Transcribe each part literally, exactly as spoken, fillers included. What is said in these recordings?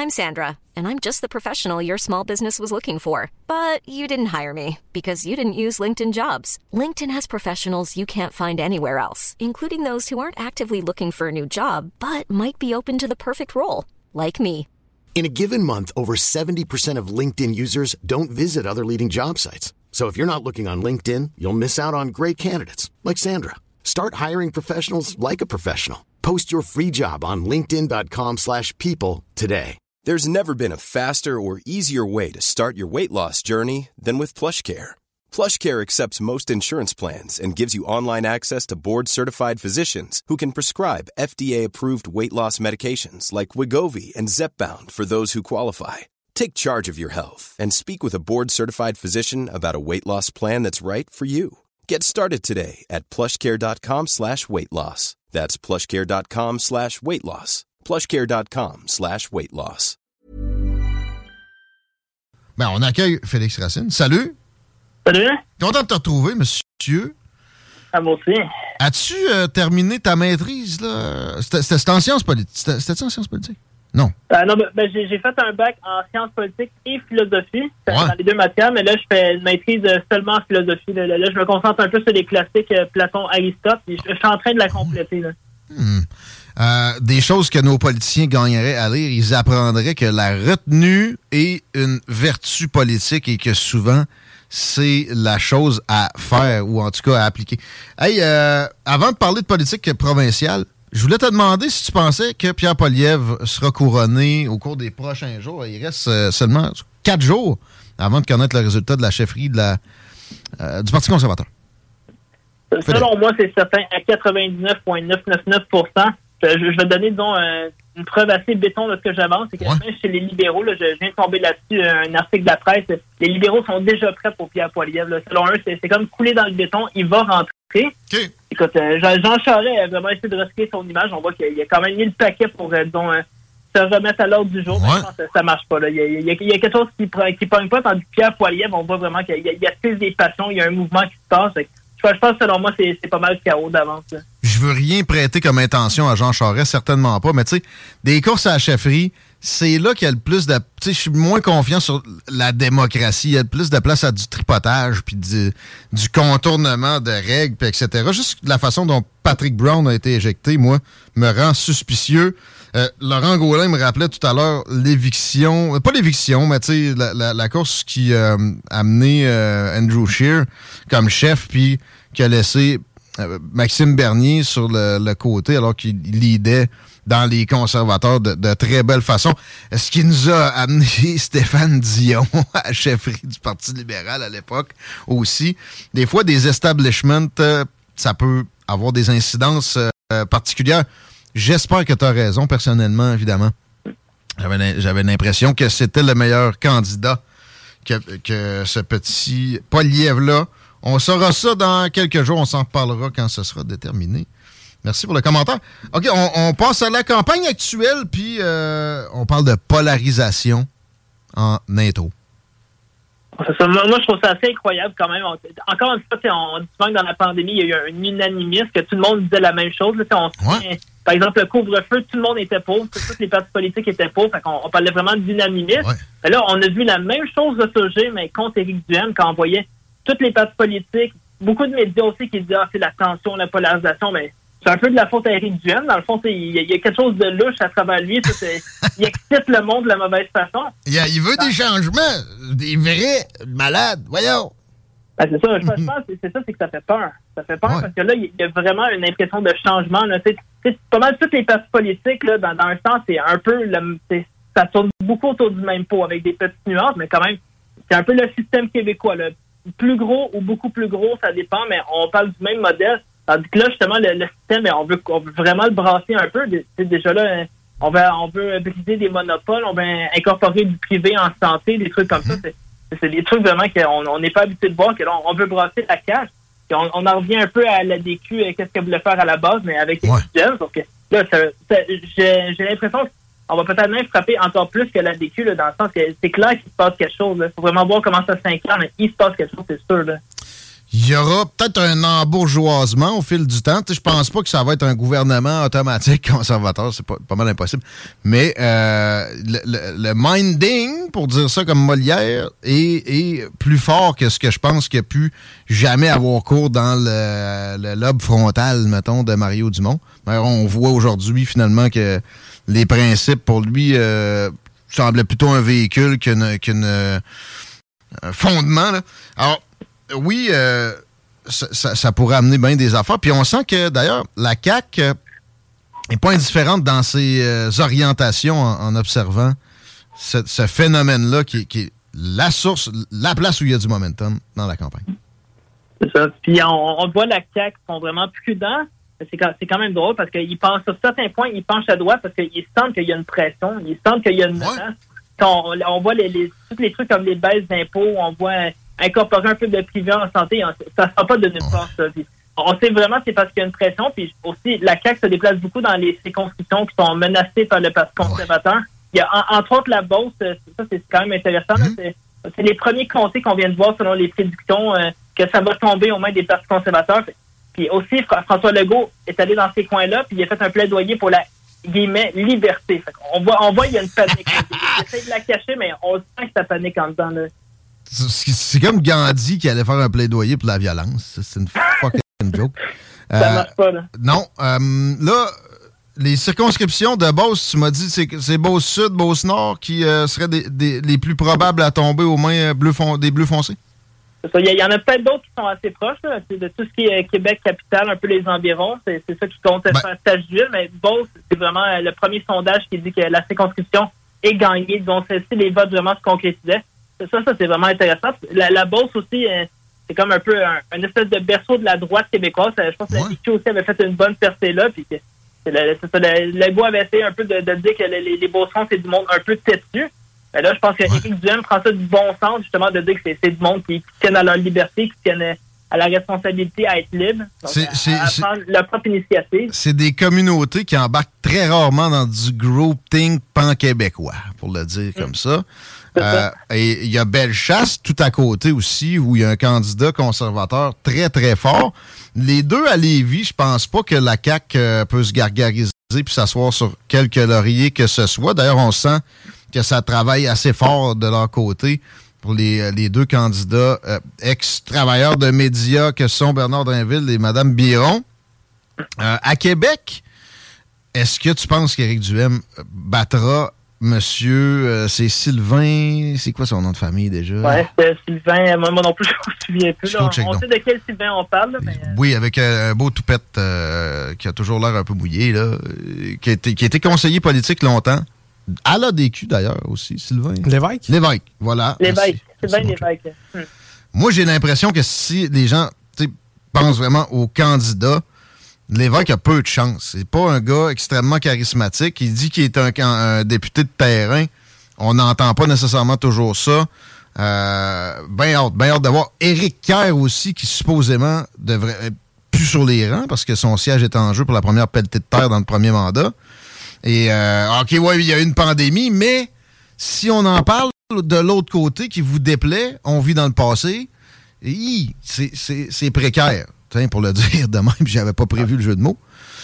I'm Sandra, and I'm just the professional your small business was looking for. But you didn't hire me because you didn't use LinkedIn Jobs. LinkedIn has professionals you can't find anywhere else, including those who aren't actively looking for a new job, but might be open to the perfect role, like me. In a given month, over seventy percent of LinkedIn users don't visit other leading job sites. So if you're not looking on LinkedIn, you'll miss out on great candidates like Sandra. Start hiring professionals like a professional. Post your free job on linkedin.com slash people today. There's never been a faster or easier way to start your weight loss journey than with PlushCare. PlushCare accepts most insurance plans and gives you online access to board-certified physicians who can prescribe F D A-approved weight loss medications like Wegovy and Zepbound for those who qualify. Take charge of your health and speak with a board-certified physician about a weight loss plan that's right for you. Get started today at plushcare.com slash weight loss. That's plushcare.com slash weight loss. plushcare.com slash weight loss. Ben, on accueille Félix Racine. Salut! Salut! Content de te retrouver, monsieur. À moi aussi. As-tu euh, terminé ta maîtrise, là? C'était, c'était en sciences politiques. C'était, c'était en sciences politiques? Non. Euh, non, ben, ben, j'ai, j'ai fait un bac en sciences politiques et philosophie. C'était ouais. dans les deux matières, mais là, je fais une maîtrise seulement en philosophie. Là, là je me concentre un peu sur les classiques euh, Platon, Aristote, et je, je suis en train de la compléter. Là. Hmm. Euh, des choses que nos politiciens gagneraient à lire, ils apprendraient que la retenue est une vertu politique et que souvent, c'est la chose à faire ou en tout cas à appliquer. Hey, euh, avant de parler de politique provinciale, je voulais te demander si tu pensais que Pierre Poilievre sera couronné au cours des prochains jours. Il reste euh, seulement quatre jours avant de connaître le résultat de la chefferie de la, euh, du Parti conservateur. Selon moi, c'est certain, à quatre-vingt-dix-neuf virgule neuf cent quatre-vingt-dix-neuf pour cent. Je, je vais donner, disons, euh, une preuve assez béton de ce que j'avance. C'est que ouais. même chez les libéraux, là, je, je viens de tomber là-dessus, un article de la presse, les libéraux sont déjà prêts pour Pierre Poilievre. Là. Selon eux, c'est, c'est comme couler dans le béton. Il va rentrer. Okay. Écoute, euh, Jean Charest a vraiment essayé de recycler son image. On voit qu'il a quand même mis le paquet pour euh, disons, euh, se remettre à l'ordre du jour. Ouais. Mais je pense que ça marche pas. Là. Il, y a, il, y a, il y a quelque chose qui ne pogne pas. Tandis que Pierre Poilievre, on voit vraiment qu'il y a, il y a plus des passions, il y a un mouvement qui se passe. Je pense, selon moi, c'est, c'est pas mal chaos d'avance. Là. Je veux rien prêter comme intention à Jean Charest, certainement pas. Mais tu sais, des courses à la chefferie, c'est là qu'il y a le plus de... Tu sais, je suis moins confiant sur la démocratie. Il y a le plus de place à du tripotage, puis du, du contournement de règles, puis et cetera. Juste la façon dont Patrick Brown a été éjecté, moi, me rend suspicieux. Euh, Laurent Gaulin me rappelait tout à l'heure l'éviction... Pas l'éviction, mais tu sais, la, la, la course qui euh, a mené euh, Andrew Scheer comme chef, puis qui a laissé euh, Maxime Bernier sur le, le côté, alors qu'il leadait dans les conservateurs de, de très belle façon. Ce qui nous a amené Stéphane Dion à la chefferie du Parti libéral à l'époque aussi. Des fois, des establishments, euh, ça peut avoir des incidences euh, particulières. J'espère que tu as raison, personnellement, évidemment. J'avais, j'avais l'impression que c'était le meilleur candidat que, que ce petit Poilievre-là. On saura ça dans quelques jours. On s'en reparlera quand ce sera déterminé. Merci pour le commentaire. OK, on, on passe à la campagne actuelle, puis euh, on parle de polarisation en intro. C'est ça. Moi, je trouve ça assez incroyable quand même. On, encore une fois, on dit souvent que dans la pandémie, il y a eu un unanimisme, que tout le monde disait la même chose. Là, on ouais. Par exemple, le couvre-feu, tout le monde était pour. Toutes les partis politiques étaient pour. Fait qu'on, on parlait vraiment d'unanimisme. Ouais. Mais là, on a vu la même chose ressurgir, mais contre Éric Duhaime, quand on voyait toutes les partis politiques, beaucoup de médias aussi qui disaient ah, c'est la tension, la polarisation, mais c'est un peu de la faute à Éric Duhaime. Dans le fond, il y, y a quelque chose de louche à travers lui. Ça, c'est, il excite le monde de la mauvaise façon. Il, a, il veut ah. des changements, des vrais malades. Voyons. Ben, c'est ça. Je pense que c'est ça, c'est que ça fait peur. Ça fait peur ouais. parce que là, il y a vraiment une impression de changement. Là. C'est, c'est pas mal toutes les partis politiques, là, dans, dans un sens, c'est un peu... Le, c'est, ça tourne beaucoup autour du même pot avec des petites nuances, mais quand même, c'est un peu le système québécois. Là. Plus gros ou beaucoup plus gros, ça dépend, mais on parle du même modèle. Tandis que là, justement, le, le système, on veut, on veut vraiment le brasser un peu. C'est déjà là, on veut, on veut briser des monopoles, on veut incorporer du privé en santé, des trucs comme ça. C'est, c'est des trucs vraiment qu'on n'est pas habitué de voir, que là, on veut brasser la cash. On, on en revient un peu à l'A D Q, et qu'est-ce qu'elle voulait faire à la base, mais avec les jeunes. Donc là, ça, ça, j'ai, j'ai l'impression qu'on va peut-être même frapper encore plus que l'A D Q, là, dans le sens que c'est clair qu'il se passe quelque chose. Il faut vraiment voir comment ça s'incarne. Il se passe quelque chose, c'est sûr. Là. il y aura peut-être un embourgeoisement au fil du temps. Je pense pas que ça va être un gouvernement automatique conservateur, c'est pas, pas mal impossible. Mais euh, le, le, le minding, pour dire ça comme Molière, est, est plus fort que ce que je pense qu'il a pu jamais avoir cours dans le, le lobe frontal, mettons, de Mario Dumont. Alors, on voit aujourd'hui, finalement, que les principes, pour lui, euh, semblaient plutôt un véhicule qu'une, qu'une euh, un fondement. Là. Alors, oui, euh, ça, ça, ça pourrait amener bien des affaires. Puis on sent que, d'ailleurs, la C A Q n'est pas indifférente dans ses euh, orientations en, en observant ce, ce phénomène-là qui, qui est la source, la place où il y a du momentum dans la campagne. C'est ça. Puis on, on voit la C A Q sont vraiment prudents. C'est quand, c'est quand même drôle parce qu'ils pensent sur certains points, ils penchent à droite parce qu'ils sentent qu'il y a une pression, ils sentent qu'il y a une menace. Ouais. On, on voit les, les, tous les trucs comme les baisses d'impôts, on voit incorporer un peu de privé en santé, ça ne sort pas de nulle part, ça. Puis on sait vraiment que c'est parce qu'il y a une pression, puis aussi, la C A Q se déplace beaucoup dans les circonscriptions qui sont menacées par le Parti conservateur. Ouais. Il y a, en, entre autres, la Beauce, ça, c'est quand même intéressant. Mm-hmm. C'est, c'est les premiers comtés qu'on vient de voir selon les prédictions, euh, que ça va tomber aux mains des partis conservateurs. Puis aussi, François Legault est allé dans ces coins-là, puis il a fait un plaidoyer pour la guillemets, liberté. Fait on voit, on voit, il y a une panique. Il essaie de la cacher, mais on sent que ça panique en dedans, là. C'est, c'est comme Gandhi qui allait faire un plaidoyer pour la violence. C'est une fucking joke. Euh, ça marche pas, là. Non. Euh, là, les circonscriptions de Beauce, tu m'as dit, c'est, c'est Beauce-Sud, Beauce-Nord qui euh, seraient des, des, les plus probables à tomber aux mains bleu fon- des bleus foncés? Il y, y en a peut-être d'autres qui sont assez proches, là, de tout ce qui est Québec-Capitale, un peu les environs. C'est, c'est ça qui compte ben, faire Sache-Ville, mais Beauce, c'est vraiment le premier sondage qui dit que la circonscription est gagnée, donc si les votes vraiment se concrétisaient. Ça, ça, c'est vraiment intéressant. La, la Beauce aussi, euh, c'est comme un peu un, un espèce de berceau de la droite québécoise. Je pense que ouais. la L Q aussi avait fait une bonne percée là, puis que c'est le, c'est ça, le, le Legault avait essayé un peu de, de dire que les, les Beaucerons, c'est du monde un peu têtu. Mais là, je pense qu'Éric ouais. Duhem prend ça du bon sens, justement, de dire que c'est, c'est du monde qui, qui tiennent à leur liberté, qui tiennent à la responsabilité à être libre, donc c'est, à, c'est, à prendre c'est, leur propre initiative. C'est des communautés qui embarquent très rarement dans du groupthink pan-québécois, pour le dire mmh. comme ça. Euh, et il y a Bellechasse, tout à côté aussi, où il y a un candidat conservateur très, très fort. Les deux à Lévis, je pense pas que la C A Q euh, peut se gargariser puis s'asseoir sur quelque laurier que ce soit. D'ailleurs, on sent que ça travaille assez fort de leur côté pour les, les deux candidats euh, ex-travailleurs de médias que sont Bernard Drinville et Mme Biron. Euh, à Québec, est-ce que tu penses qu'Éric Duhem battra Monsieur, euh, c'est Sylvain, c'est quoi son nom de famille déjà? Oui, c'est Sylvain, moi, moi non plus, je ne me souviens plus. Là, on on sait de quel Sylvain on parle. Là, mais... Oui, avec un beau toupette euh, qui a toujours l'air un peu mouillé, là, qui a été, qui a été conseiller politique longtemps. À l'A D Q d'ailleurs aussi, Sylvain. L'évêque? L'évêque, voilà. L'évêque, Sylvain l'évêque. Hum. Moi, j'ai l'impression que si les gens pensent vraiment au candidat, l'évêque a peu de chance. C'est pas un gars extrêmement charismatique. Il dit qu'il est un, un député de terrain. On n'entend pas nécessairement toujours ça. Euh, ben hâte, ben hâte d'avoir Éric Kerr aussi, qui supposément devrait être plus sur les rangs parce que son siège est en jeu pour la première pelletée de terre dans le premier mandat. Et, euh, OK, ouais, il y a eu une pandémie, mais si on en parle de l'autre côté qui vous déplaît, on vit dans le passé, hi, c'est, c'est, c'est précaire. Tiens, pour le dire de même, j'avais pas prévu le jeu de mots.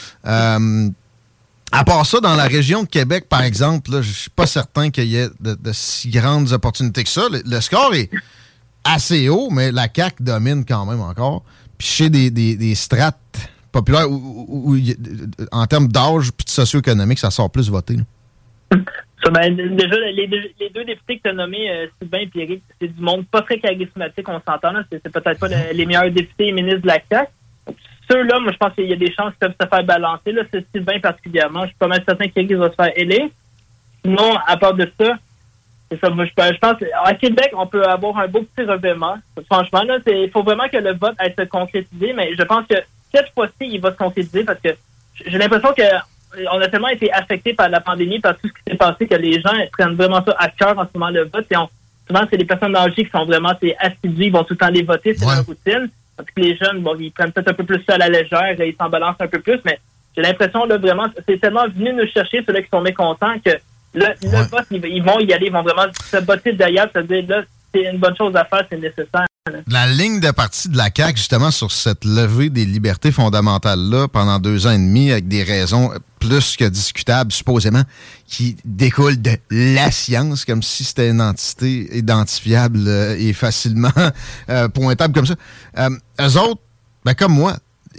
Euh, à part ça, dans la région de Québec, par exemple, là, je suis pas certain qu'il y ait de, de si grandes opportunités que ça. Le, le score est assez haut, mais la C A Q domine quand même encore. Puis chez des, des, des strates populaires, où, où, où, en termes d'âge et de socio-économique, ça sort plus voté. Là. Ça, ben, déjà, les deux, les deux députés que tu as nommés, euh, Sylvain et Pierrick, c'est du monde pas très charismatique, on s'entend. Là. C'est, c'est peut-être pas le, les meilleurs députés et ministres de la C A Q. Ceux-là, moi, je pense qu'il y a des chances qu'ils peuvent se faire balancer. Là, c'est Sylvain particulièrement. Je suis pas mal certain qu'il va se faire élire. Sinon, à part de ça, c'est ça. Moi, je, je pense qu'à Québec, on peut avoir un beau petit revirement. Franchement, là, il faut vraiment que le vote aille se concrétiser, mais je pense que cette fois-ci, il va se concrétiser parce que j'ai l'impression que on a tellement été affectés par la pandémie, par tout ce qui s'est passé, que les gens prennent vraiment ça à cœur en ce moment, le vote. Et on, souvent, c'est des personnes âgées qui sont vraiment assidues, ils vont tout le temps les voter, c'est ouais. leur routine. Parce que les jeunes, bon, ils prennent peut-être un peu plus ça à la légère, ils s'en balancent un peu plus, mais j'ai l'impression, là, vraiment, c'est tellement venu nous chercher, ceux-là qui sont mécontents, que le, ouais. le vote, ils, ils vont y aller, ils vont vraiment se botter derrière, c'est-à-dire, là, c'est une bonne chose à faire, c'est nécessaire. La ligne de parti de la C A Q, justement, sur cette levée des libertés fondamentales-là, pendant deux ans et demi, avec des raisons plus que discutables, supposément, qui découlent de la science, comme si c'était une entité identifiable euh, et facilement euh, pointable comme ça. Euh, eux autres, ben comme moi,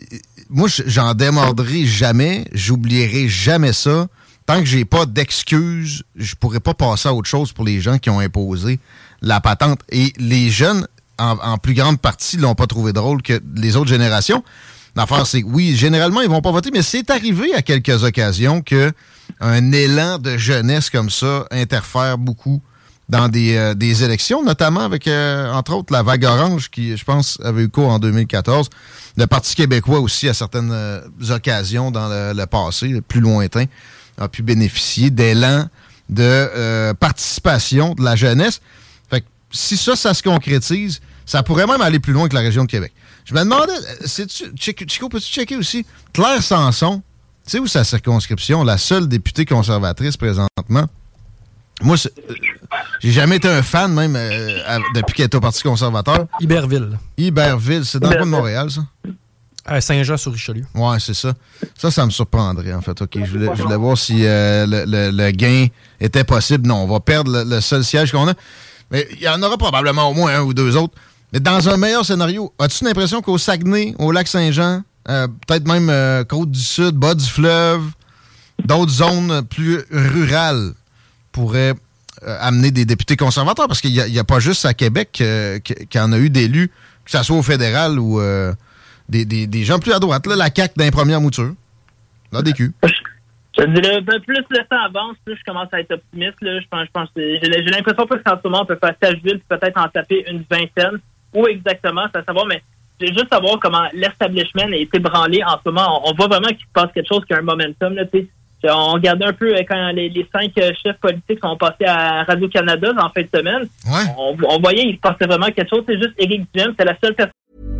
moi, j'en démordrai jamais, j'oublierai jamais ça. Tant que j'ai pas d'excuses, je pourrais pas passer à autre chose pour les gens qui ont imposé la patente. Et les jeunes, en, en plus grande partie, l'ont pas trouvé drôle que les autres générations. L'affaire, c'est que oui, généralement, ils vont pas voter, mais c'est arrivé à quelques occasions que un élan de jeunesse comme ça interfère beaucoup dans des, euh, des élections, notamment avec, euh, entre autres, la vague orange qui, je pense, avait eu cours en deux mille quatorze. Le Parti québécois aussi, à certaines euh, occasions dans le, le passé, le plus lointain, a pu bénéficier d'élan de euh, participation de la jeunesse. Fait que si ça, ça se concrétise, ça pourrait même aller plus loin que la région de Québec. Je me demandais, c'est-tu, Chico, peux-tu checker aussi? Claire Sanson, tu sais où sa circonscription, la seule députée conservatrice présentement? Moi, c'est, euh, j'ai jamais été un fan, même, euh, à, depuis qu'elle est au Parti conservateur. Iberville. Iberville, c'est dans le coin de Montréal, ça? À Saint-Jean-sur-Richelieu. Ouais, c'est ça. Ça, ça me surprendrait, en fait. OK, je voulais, je voulais voir si euh, le, le, le gain était possible. Non, on va perdre le, le seul siège qu'on a. Mais il y en aura probablement au moins un ou deux autres. Mais dans un meilleur scénario, as-tu l'impression qu'au Saguenay, au Lac-Saint-Jean, euh, peut-être même euh, Côte-du-Sud, bas du fleuve, d'autres zones plus rurales pourraient euh, amener des députés conservateurs? Parce qu'il n'y a, a pas juste à Québec euh, qu'il y en a eu d'élus, que ce soit au fédéral ou euh, des, des, des gens plus à droite. Là, la C A Q d'un première mouture. L'A D Q. Je dirais, plus le temps avance, plus je commence à être optimiste. Là. Je pense, je pense, j'ai, j'ai l'impression que qu'en ce moment, on peut faire Sageville peut-être en taper une vingtaine. Où exactement, c'est à savoir, mais c'est juste savoir comment l'establishment a été branlé en ce moment. On, on voit vraiment qu'il se passe quelque chose qui a un momentum. Là, on regardait un peu quand les, les cinq chefs politiques sont passés à Radio-Canada en fin de semaine. Ouais. On, on voyait qu'il se passait vraiment quelque chose. C'est juste Éric Duhem, c'est la seule personne.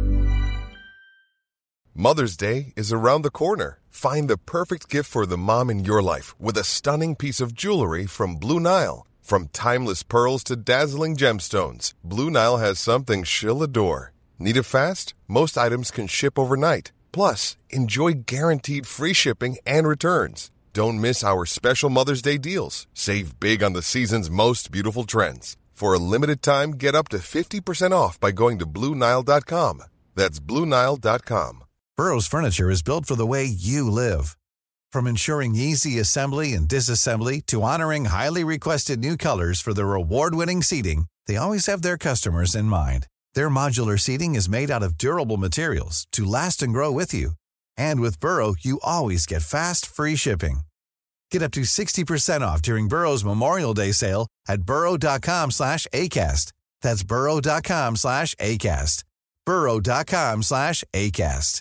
Mother's Day is around the corner. Find the perfect gift for the mom in your life with a stunning piece of jewelry from Blue Nile. From timeless pearls to dazzling gemstones, Blue Nile has something she'll adore. Need it fast? Most items can ship overnight. Plus, enjoy guaranteed free shipping and returns. Don't miss our special Mother's Day deals. Save big on the season's most beautiful trends. For a limited time, get up to fifty percent off by going to Blue Nile dot com. That's Blue Nile dot com. Burrow's furniture is built for the way you live. From ensuring easy assembly and disassembly to honoring highly requested new colors for their award-winning seating, they always have their customers in mind. Their modular seating is made out of durable materials to last and grow with you. And with Burrow, you always get fast, free shipping. Get up to sixty percent off during Burrow's Memorial Day sale at burrow dot com slash ACAST. That's burrow dot com slash ACAST. burrow dot com slash ACAST.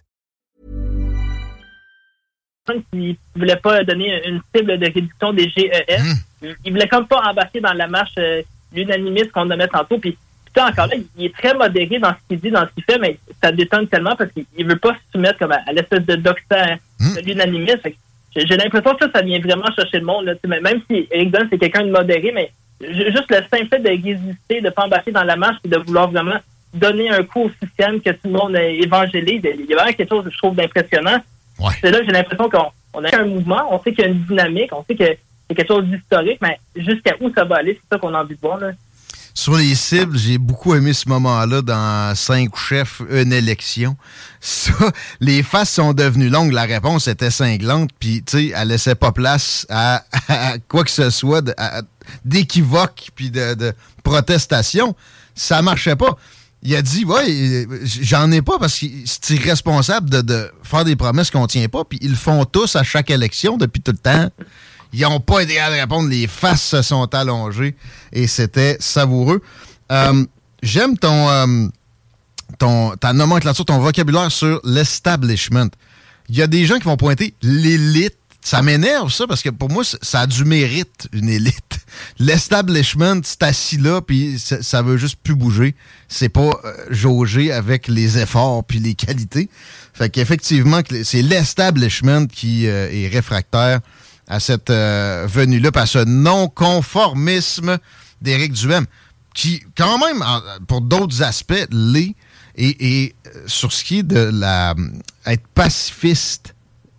Qui ne voulait pas donner une cible de réduction des G E S. Mmh. Il ne voulait comme pas embarquer dans la marche euh, l'unanimisme qu'on nommait tantôt. Puis, puis encore là, il est très modéré dans ce qu'il dit, dans ce qu'il fait, mais ça détonne tellement parce qu'il ne veut pas se soumettre comme à, à l'espèce de doxa mmh. de l'unanimisme. Fait que j'ai, j'ai l'impression que ça, ça vient vraiment chercher le monde. Là. Même si Éric Duhem, c'est quelqu'un de modéré, mais juste le simple fait de résister, de ne pas embarquer dans la marche et de vouloir vraiment donner un coup au système que tout le monde évangélise, il y a vraiment quelque chose que je trouve d'impressionnant. Ouais. C'est là que j'ai l'impression qu'on on a un mouvement, on sait qu'il y a une dynamique, on sait que c'est quelque chose d'historique, mais jusqu'à où ça va aller, c'est ça qu'on a envie de voir. Là. Sur les cibles, j'ai beaucoup aimé ce moment-là dans Cinq chefs, une élection. Ça, les faces sont devenues longues, la réponse était cinglante, puis tu sais, elle laissait pas place à, à quoi que ce soit de, à, d'équivoque puis de, de protestation. Ça marchait pas. Il a dit, ouais, j'en ai pas parce que c'est irresponsable de, de faire des promesses qu'on tient pas, puis ils le font tous à chaque élection depuis tout le temps. Ils n'ont pas été à répondre, les faces se sont allongées et c'était savoureux. Euh, j'aime ton, euh, ton ta nomenclature, ton vocabulaire sur l'establishment. Il y a des gens qui vont pointer l'élite. Ça m'énerve, ça, parce que pour moi, ça a du mérite, une élite. L'establishment, c'est assis là, puis ça, ça veut juste plus bouger. C'est pas euh, jaugé avec les efforts puis les qualités. Fait qu'effectivement, c'est l'establishment qui euh, est réfractaire à cette euh, venue-là, par ce non-conformisme d'Éric Duhem, qui, quand même, en, pour d'autres aspects, l'est. Et, et sur ce qui est de la être pacifiste,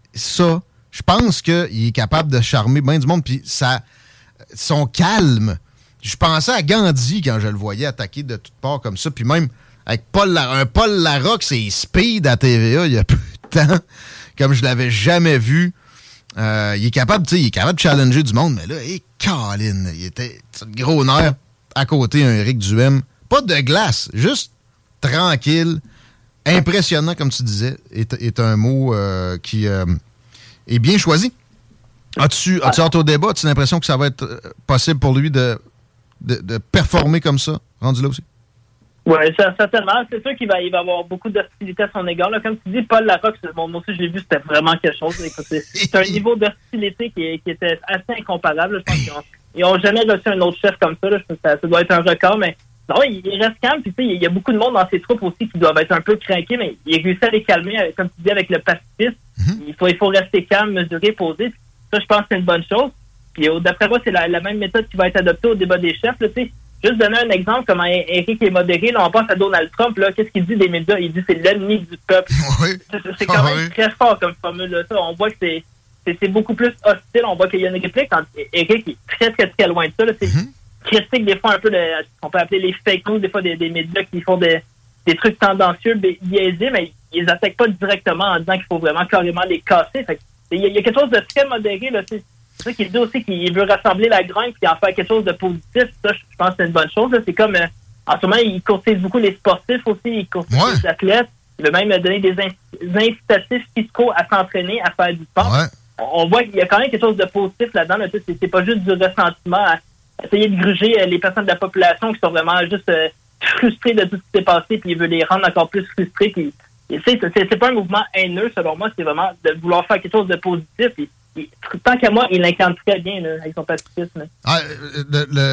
ça, je pense qu'il est capable de charmer bien du monde. Puis ça, son calme. Je pensais à Gandhi quand je le voyais attaquer de toutes parts comme ça. Puis même avec Paul Larocque, un Paul Larocque, c'est speed à T V A il y a peu de temps, comme je l'avais jamais vu. Euh, il est capable, tu sais, il est capable de challenger du monde, mais là, hé, Colin, il était gros nerf à côté un Éric Duhem. Pas de glace, juste tranquille, impressionnant, comme tu disais, est, est un mot euh, qui euh, est bien choisi. As-tu, as-tu hâte au débat? As-tu l'impression que ça va être possible pour lui de, de, de performer comme ça, rendu là aussi? Oui, certainement. C'est sûr qu'il va, il va avoir beaucoup d'hostilité à son égard. Là. Comme tu dis, Paul Larocque, bon, moi aussi, je l'ai vu, c'était vraiment quelque chose. Écoute, c'est, c'est un niveau d'hostilité qui, qui était assez incomparable. Je pense qu'ils n'ont jamais reçu un autre chef comme ça. Là. Je pense que ça, ça doit être un record, mais non, il, il reste calme. Puis, tu sais, il y a beaucoup de monde dans ses troupes aussi qui doivent être un peu craqués, mais il réussit à les calmer, comme tu dis, avec le pacifisme. Mm-hmm. Il faut, il faut rester calme, mesurer, poser. Puis, ça, je pense que c'est une bonne chose. Puis, d'après moi, c'est la, la même méthode qui va être adoptée au débat des chefs. Là, tu sais. Juste donner un exemple, comment Éric est modéré. Là, on pense à Donald Trump. Là, qu'est-ce qu'il dit des médias? Il dit que c'est l'ennemi du peuple. Oui. C'est, c'est quand ah, même oui. très fort comme formule. Là. Ça, on voit que c'est, c'est, c'est beaucoup plus hostile. On voit qu'il y a une réplique quand Éric est très, très, très loin de ça. Là. C'est mm-hmm. critique des fois un peu, de, on peut appeler les fake news, des fois des, des médias qui font des, des trucs tendancieux, biaisés, mais ils les attaquent pas directement en disant qu'il faut vraiment carrément les casser. Fait il, y a, il y a quelque chose de très modéré. Là, c'est, C'est ça qu'il dit aussi qu'il veut rassembler la grogne et en faire quelque chose de positif. Ça, je pense que c'est une bonne chose. Là. C'est comme, euh, en ce moment, il courtise beaucoup les sportifs aussi, il courtise ouais. les athlètes. Il veut même donner des incitatifs fiscaux à s'entraîner, à faire du sport. Ouais. On, on voit qu'il y a quand même quelque chose de positif là-dedans. Là. C'est, c'est pas juste du ressentiment à essayer de gruger les personnes de la population qui sont vraiment juste euh, frustrées de tout ce qui s'est passé puis il veut les rendre encore plus frustrés. Puis, c'est, c'est, c'est pas un mouvement haineux, selon moi. C'est vraiment de vouloir faire quelque chose de positif. Puis, tant qu'à moi, il l'incarne très bien là, avec son pacifisme. Ah, le, le,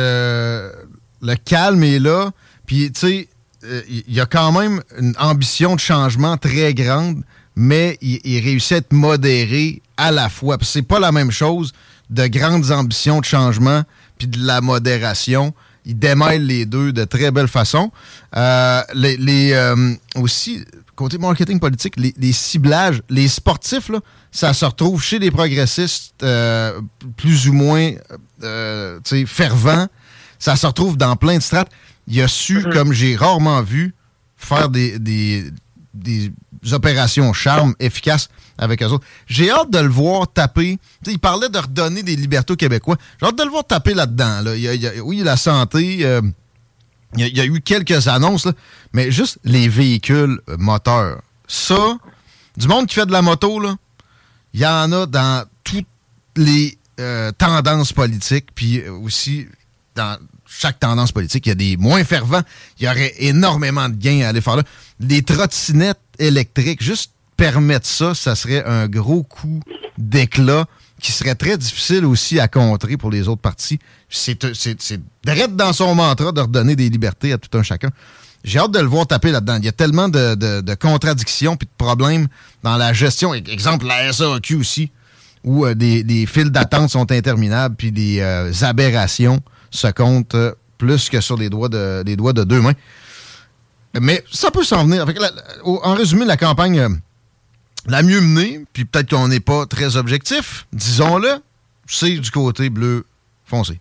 le, le calme est là. Puis, tu sais, il y a quand même une ambition de changement très grande, mais il, il réussit à être modéré à la fois. Puis c'est pas la même chose de grandes ambitions de changement puis de la modération. Il démêle les deux de très belle façon. Euh, les, les euh, aussi, côté marketing politique, les, les ciblages, les sportifs, là, ça se retrouve chez les progressistes euh, plus ou moins euh, fervents. Ça se retrouve dans plein de strates. Il a su, mm-hmm. comme j'ai rarement vu, faire des, des, des opérations charme efficaces avec eux autres. J'ai hâte de le voir taper. T'sais, il parlait de redonner des libertés aux Québécois. J'ai hâte de le voir taper là-dedans. Là. Il y a, il y a, oui, la santé... Euh, Il y, a, il y a eu quelques annonces, là, mais juste les véhicules moteurs. Ça, du monde qui fait de la moto, là, il y en a dans toutes les euh, tendances politiques, puis aussi dans chaque tendance politique, il y a des moins fervents. Il y aurait énormément de gains à aller faire là. Les trottinettes électriques, juste permettre ça, ça serait un gros coup d'éclat qui serait très difficile aussi à contrer pour les autres partis. C'est, c'est, c'est direct dans son mantra de redonner des libertés à tout un chacun. J'ai hâte de le voir taper là-dedans. Il y a tellement de, de, de contradictions puis de problèmes dans la gestion. Exemple, la S A Q aussi, où euh, des, des files d'attente sont interminables puis des euh, aberrations se comptent euh, plus que sur les doigts de, les doigts de deux mains. Mais ça peut s'en venir. Avec la, en résumé, la campagne... Euh, la mieux menée, puis peut-être qu'on n'est pas très objectif, disons-le, c'est du côté bleu foncé.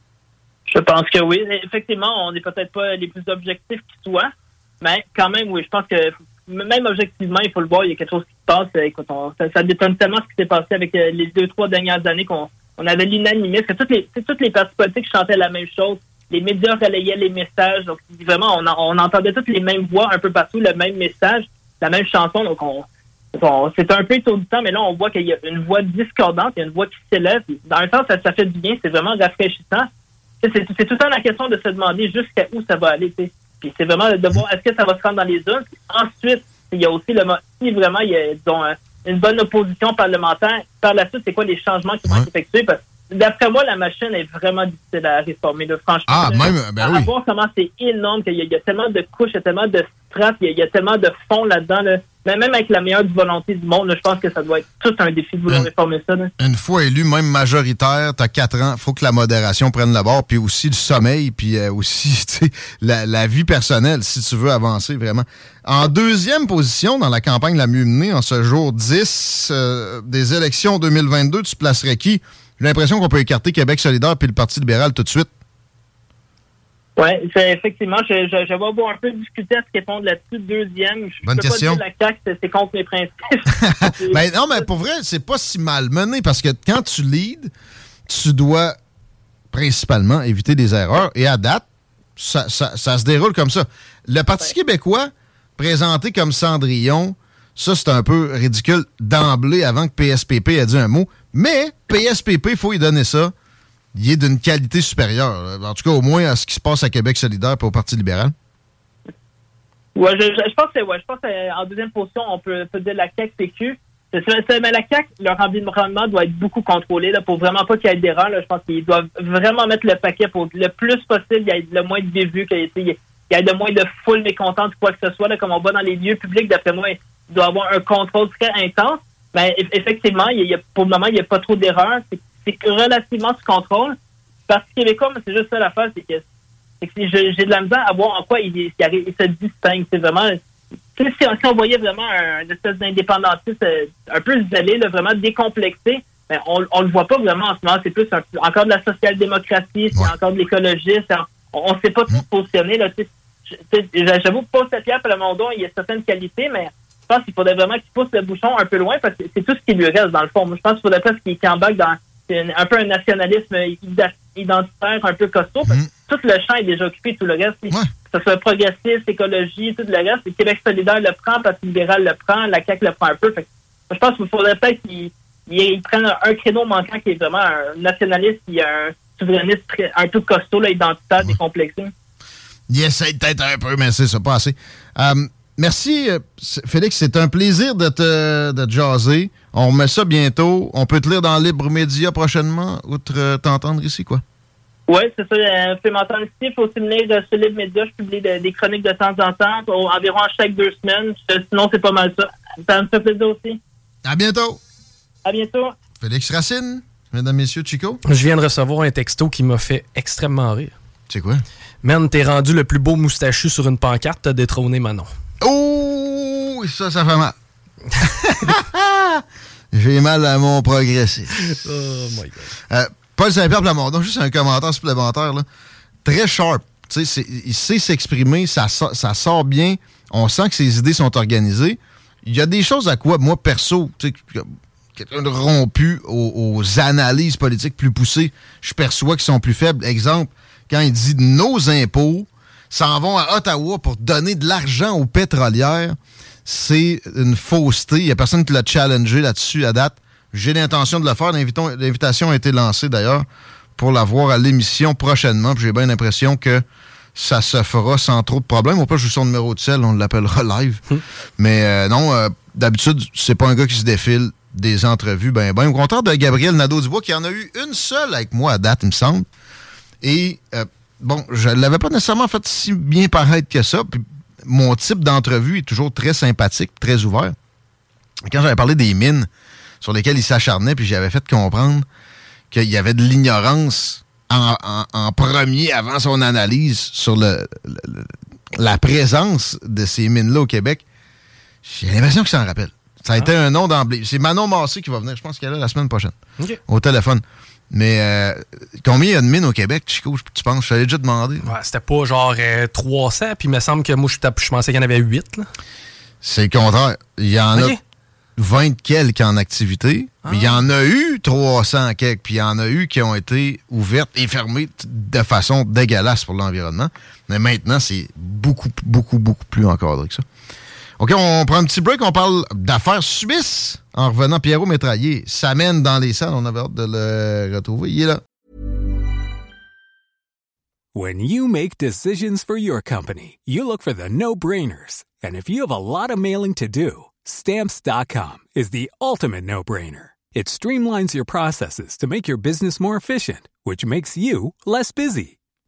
Je pense que oui. Effectivement, on n'est peut-être pas les plus objectifs qui soient, mais quand même, oui, je pense que même objectivement, il faut le voir, il y a quelque chose qui se passe. Écoute, on, ça, ça détonne tellement ce qui s'est passé avec les deux, trois dernières années qu'on on avait l'unanimisme, que toutes les, toutes les partis politiques chantaient la même chose. Les médias relayaient les messages. Donc, vraiment, on, on entendait toutes les mêmes voix un peu partout, le même message, la même chanson. Donc, on Bon, c'est un peu étourdissant, mais là, on voit qu'il y a une voix discordante, il y a une voix qui s'élève. Dans un sens, ça, ça fait du bien, c'est vraiment rafraîchissant. C'est, c'est, c'est tout le temps la question de se demander jusqu'à où ça va aller. T'sais. Puis c'est vraiment de voir est-ce que ça va se rendre dans les urnes. Ensuite, il y a aussi le si vraiment il y a disons, une bonne opposition parlementaire. Par la suite, c'est quoi les changements qui vont être effectués? Parce que d'après moi, la machine est vraiment difficile à réformer. Là, franchement, ah, là, même, ben à, oui. à voir comment c'est énorme, qu'il y a, il y a tellement de couches, il y a tellement de strates, il y, y a tellement de fond là-dedans, là. Mais même avec la meilleure volonté du monde, là, je pense que ça doit être tout un défi de vouloir une, réformer ça. Là. Une fois élu, même majoritaire, t'as quatre ans, faut que la modération prenne le bord, puis aussi le sommeil, puis euh, aussi la, la vie personnelle, si tu veux avancer vraiment. En deuxième position, dans la campagne la mieux menée, en ce jour dix euh, des élections deux mille vingt-deux, tu placerais qui? J'ai l'impression qu'on peut écarter Québec solidaire puis le Parti libéral tout de suite. Oui, effectivement, je, je, je vais avoir un peu discuté à ce répondre là-dessus. Deuxième, je Bonne peux question. pas dire la C A Q, c'est, c'est contre mes principes. Ben non, mais pour vrai, c'est pas si mal mené parce que quand tu leads, tu dois principalement éviter des erreurs. Et à date, ça, ça, ça se déroule comme ça. Le Parti ouais. québécois, présenté comme Cendrillon, ça, c'est un peu ridicule d'emblée avant que P S P P ait dit un mot. Mais P S P P, il faut y donner ça. Il est d'une qualité supérieure. En tout cas, au moins à ce qui se passe à Québec solidaire et au Parti libéral. Oui, je, je, je pense que ouais, je pense qu'en deuxième position, on peut, peut dire la C A Q P Q. C'est, c'est, mais la C A Q, leur environnement doit être beaucoup contrôlé là, pour vraiment pas qu'il y ait d'erreur. Là. Je pense qu'ils doivent vraiment mettre le paquet pour le plus possible, il y ait le moins de bévues, qu'il y ait, il y ait le moins de foule mécontente, quoi que ce soit. Là, comme on voit dans les lieux publics, d'après moi, il doit y avoir un contrôle très intense. Ben, effectivement, il y a, pour le moment, il n'y a pas trop d'erreurs. C'est, c'est relativement sous contrôle. Parce que Québécois, mais c'est juste ça l'affaire, c'est que, c'est que j'ai, j'ai de la misère à voir en quoi il, il, il, il se distingue. C'est vraiment, si, si on voyait vraiment un, une espèce d'indépendantiste un peu zélé, là, vraiment décomplexé, ben, on, on le voit pas vraiment en ce moment. C'est plus un, encore de la social-démocratie, c'est ouais. encore de l'écologie. On ne sait pas trop se positionner. Là, j'avoue que Paul Saint-Pierre Plamondon, il a certaines qualités, mais je pense qu'il faudrait vraiment qu'il pousse le bouchon un peu loin parce que c'est tout ce qui lui reste dans le fond. Moi, je pense qu'il faudrait presque qu'il, qu'il embarque dans un peu un nationalisme identitaire un peu costaud. Parce que tout le champ est déjà occupé, tout le reste. Ouais. Que ce soit progressiste, écologie, tout le reste. Le Québec solidaire le prend, le Parti libéral le prend, la C A Q le prend un peu. Fait que, je pense qu'il faudrait peut-être qu'il il prenne un, un créneau manquant qui est vraiment un nationaliste et un souverainiste un peu costaud, là, identitaire, ouais. décomplexé. Il essaie peut-être un peu, mais c'est ça, pas assez. Um, Merci, Félix. C'est un plaisir de te, de te jaser. On remet ça bientôt. On peut te lire dans Libre Média prochainement, outre t'entendre ici, quoi. Oui, c'est ça. Vous pouvez m'entendre ici. Il faut aussi me lire sur Libre Média. Je publie de, des chroniques de temps en temps, environ chaque deux semaines. Sinon, c'est pas mal ça. Ça me fait plaisir aussi. À bientôt. À bientôt. Félix Racine, mesdames, messieurs, Chico. Je viens de recevoir un texto qui m'a fait extrêmement rire. C'est quoi? Man, t'es rendu le plus beau moustachu sur une pancarte, t'as détrôné Manon. Oh, ça, ça fait mal. J'ai mal à mon progressiste. Oh my God. Euh, Paul Saint-Pierre Plamondon, juste un commentaire supplémentaire, là. Très sharp. Tu sais, il sait s'exprimer, ça, ça sort bien. On sent que ses idées sont organisées. Il y a des choses à quoi, moi, perso, tu sais, quelqu'un de rompu aux, aux analyses politiques plus poussées, je perçois qu'ils sont plus faibles. Exemple, quand il dit nos impôts s'en vont à Ottawa pour donner de l'argent aux pétrolières, c'est une fausseté. Il n'y a personne qui l'a challengé là-dessus à date. J'ai l'intention de le faire. L'invitation a été lancée d'ailleurs pour la voir à l'émission prochainement. Puis j'ai bien l'impression que ça se fera sans trop de problèmes. Au pas, je joue son numéro de sel, on l'appellera live. Hum. Mais euh, non, euh, d'habitude, c'est pas un gars qui se défile des entrevues. Ben, ben, au contraire de Gabriel Nadeau-Dubois, qui en a eu une seule avec moi à date, il me semble. Et euh, bon, je ne l'avais pas nécessairement fait si bien paraître que ça. Puis mon type d'entrevue est toujours très sympathique, très ouvert. Quand j'avais parlé des mines sur lesquelles il s'acharnait, puis j'avais fait comprendre qu'il y avait de l'ignorance en, en, en premier avant son analyse sur le, le, la présence de ces mines-là au Québec, j'ai l'impression qu'il s'en rappelle. Ça a ah. été un nom d'emblée. C'est Manon Massé qui va venir, je pense qu'elle est là la semaine prochaine, okay. au téléphone. Mais euh, combien il y a de mines au Québec, Chico, tu penses? Je t'avais déjà demandé. Ouais, c'était pas genre euh, trois cents, puis il me semble que moi, je, je pensais qu'il y en avait huit. Là. C'est le contraire. Il y en okay. a vingt quelques en activité. Ah. Il y en a eu trois cents quelques, puis il y en a eu qui ont été ouvertes et fermées de façon dégueulasse pour l'environnement. Mais maintenant, c'est beaucoup, beaucoup, beaucoup plus encadré que ça. OK, on prend un petit break, on parle d'affaires suisses. En revenant, Pierrot Métraillé s'amène dans les salles. On avait hâte de le retrouver. Il est là. When you make decisions for your company, you look for the no-brainers. And if you have a lot of mailing to do, Stamps dot com is the ultimate no-brainer. It streamlines your processes to make your business more efficient, which makes you less busy.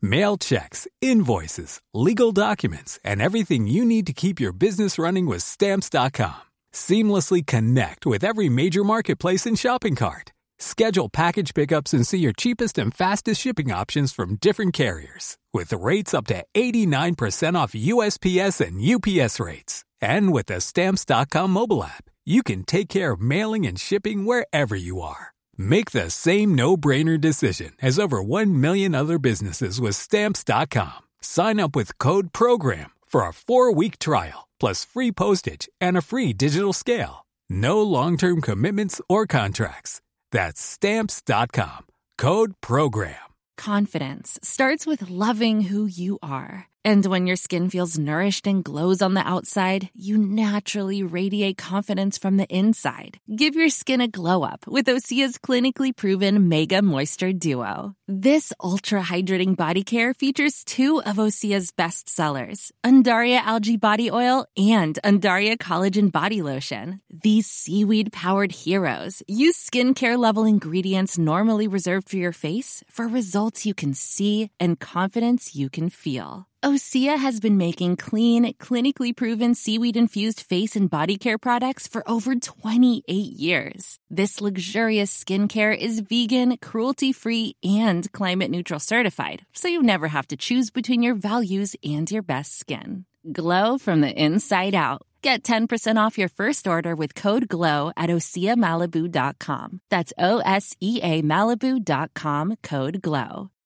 Mail checks, invoices, legal documents, and everything you need to keep your business running with Stamps dot com. Seamlessly connect with every major marketplace and shopping cart. Schedule package pickups and see your cheapest and fastest shipping options from different carriers, with rates up to eighty-nine percent off U S P S and U P S rates. And with the Stamps dot com mobile app, you can take care of mailing and shipping wherever you are. Make the same no-brainer decision as over one million other businesses with Stamps dot com. Sign up with code PROGRAM for a four-week trial, plus free postage and a free digital scale. No long-term commitments or contracts. That's Stamps dot com. Code PROGRAM. Confidence starts with loving who you are. And when your skin feels nourished and glows on the outside, you naturally radiate confidence from the inside. Give your skin a glow up with Osea's clinically proven Mega Moisture Duo. This ultra-hydrating body care features two of Osea's best sellers, Undaria Algae Body Oil and Undaria Collagen Body Lotion. These seaweed-powered heroes use skincare-level ingredients normally reserved for your face for results you can see and confidence you can feel. Osea has been making clean, clinically proven seaweed-infused face and body care products for over twenty-eight years. This luxurious skincare is vegan, cruelty-free, and climate-neutral certified, so you never have to choose between your values and your best skin. Glow from the inside out. Get ten percent off your first order with code GLOW at Osea Malibu dot com. That's O S E A Malibu dot com, code GLOW.